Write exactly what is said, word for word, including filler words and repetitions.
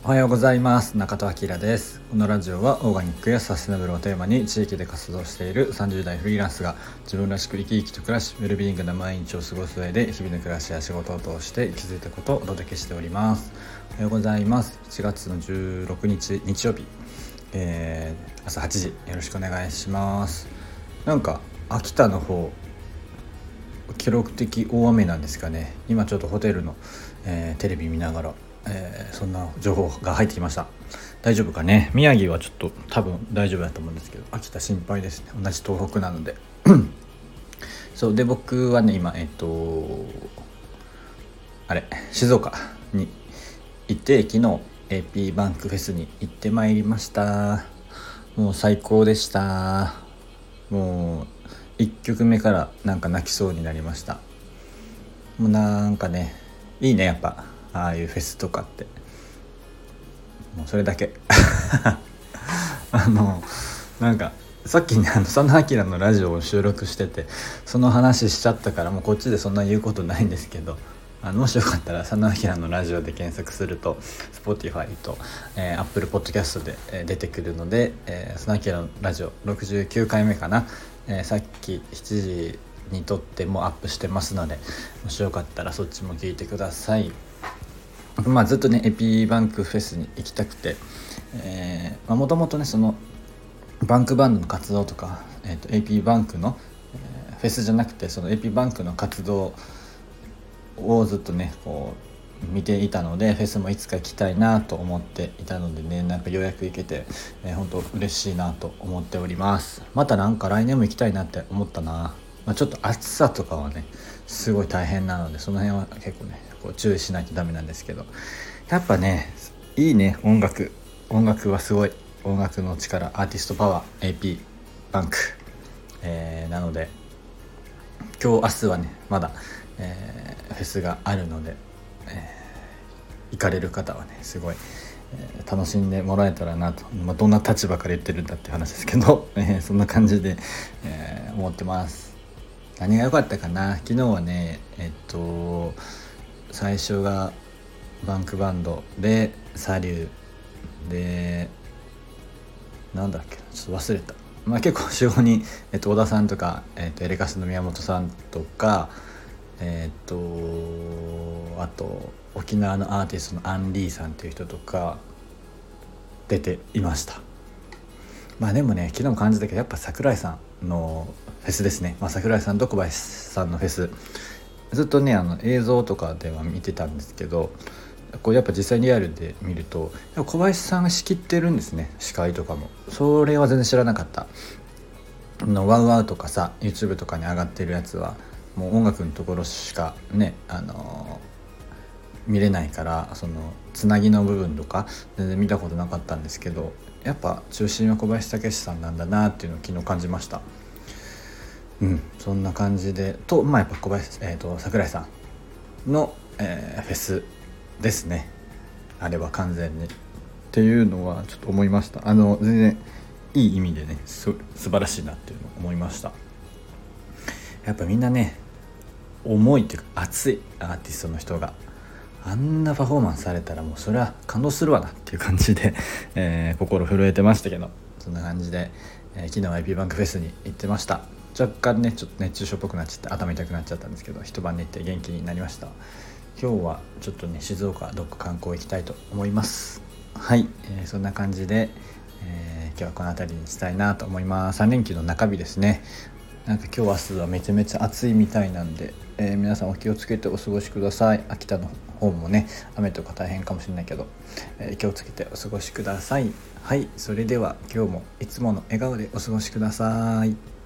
はようございます。中戸明です。このラジオはオーガニックやサステナブルをテーマに地域で活動しているさんじゅう代フリーランスが自分らしく生き生きと暮らし、ウェルビーイングな毎日を過ごす上で日々の暮らしや仕事を通して気づいたことをお届けしております。おはようございます。しちがつのじゅうろくにち日曜日、えー、朝はちじよろしくお願いします。なんか秋田の方記録的大雨なんですかね。今ちょっとホテルの、えー、テレビ見ながらえー、そんな情報が入ってきました。大丈夫かね。宮城はちょっと多分大丈夫だと思うんですけど、秋田心配ですね。同じ東北なのでそうで、僕はね今えっとあれ静岡に行って昨日 エーピー バンクフェスに行ってまいりました。もう最高でした。もういっきょくめからなんか泣きそうになりました。もうなんかねいいね、やっぱああいうフェスとかって。もうそれだけあのなんかさっきねあの佐野明のラジオを収録しててその話しちゃったから、もうこっちでそんな言うことないんですけど、あのもしよかったら佐野明のラジオで検索すると Spotify と、えー、Apple Podcast で、えー、出てくるので、えー、佐野明のラジオろくじゅうきゅうかいめかな、えー、さっきしちじに撮ってもアップしてますので、もしよかったらそっちも聞いてください。まあ、ずっとねエピバンクフェスに行きたくて、えーまあ、もともとねそのバンクバンドの活動とか、えー、と エーピー バンクの、えー、フェスじゃなくてその エーピー バンクの活動をずっとねこう見ていたので、フェスもいつか行きたいなと思っていたのでね、なんかようやく行けて、えー、本当嬉しいなと思っております。またなんか来年も行きたいなって思ったな。まあ、ちょっと暑さとかはねすごい大変なので、その辺は結構ねこう注意しないとダメなんですけど、やっぱねいいね、音楽音楽はすごい。音楽の力、アーティストパワー エーピー バンク、えー、なので今日明日はねまだ、えー、フェスがあるので、えー、行かれる方はねすごい、えー、楽しんでもらえたらなと、まあ、どんな立場から言ってるんだって話ですけど、えー、そんな感じで、えー、思ってます。何が良かったかな。昨日はねえっと最初がバンクバンドでサリューでなんだっけちょっと忘れた。まあ結構よん、ごにん、えっと、小田さんとか、えっと、エレカスの宮本さんとか、えっとあと沖縄のアーティストのアンリーさんっていう人とか出ていました。まあでもね昨日も感じたけど、やっぱ桜井さんのフェスですね。まあ、桜井さんと小林さんのフェスずっとねあの映像とかでは見てたんですけど、こうやっぱ実際リアルで見ると小林さんが仕切ってるんですね、司会とかも。それは全然知らなかった。のワウワウとかさ YouTube とかに上がってるやつはもう音楽のところしかねあのー、見れないから、そのつなぎの部分とか全然見たことなかったんですけど、やっぱ中心は小林武史さんなんだなっていうのを昨日感じました。うん、そんな感じでと、まあやっぱ小林、えーと、桜井さんの、えー、フェスですね、あれは完全にっていうのはちょっと思いました。あの全然いい意味でねす素晴らしいなっていうのを思いました。やっぱみんなね重いっていうか熱いアーティストの人があんなパフォーマンスされたらもうそれは感動するわなっていう感じで、えー、心震えてましたけど、そんな感じで、えー、昨日は エーピー バンクフェスに行ってました。若干ねちょっと熱中症っぽくなっちゃって頭痛くなっちゃったんですけど、一晩寝て元気になりました。今日はちょっとね静岡どっか観光行きたいと思います。はい、えー、そんな感じで、えー、今日はこの辺りにしたいなと思います。さん連休の中日ですね。なんか今日明日はめちゃめちゃ暑いみたいなんで、えー、皆さんお気をつけてお過ごしください。秋田の方もね雨とか大変かもしれないけど、えー、気をつけてお過ごしください。はい、それでは今日もいつもの笑顔でお過ごしください。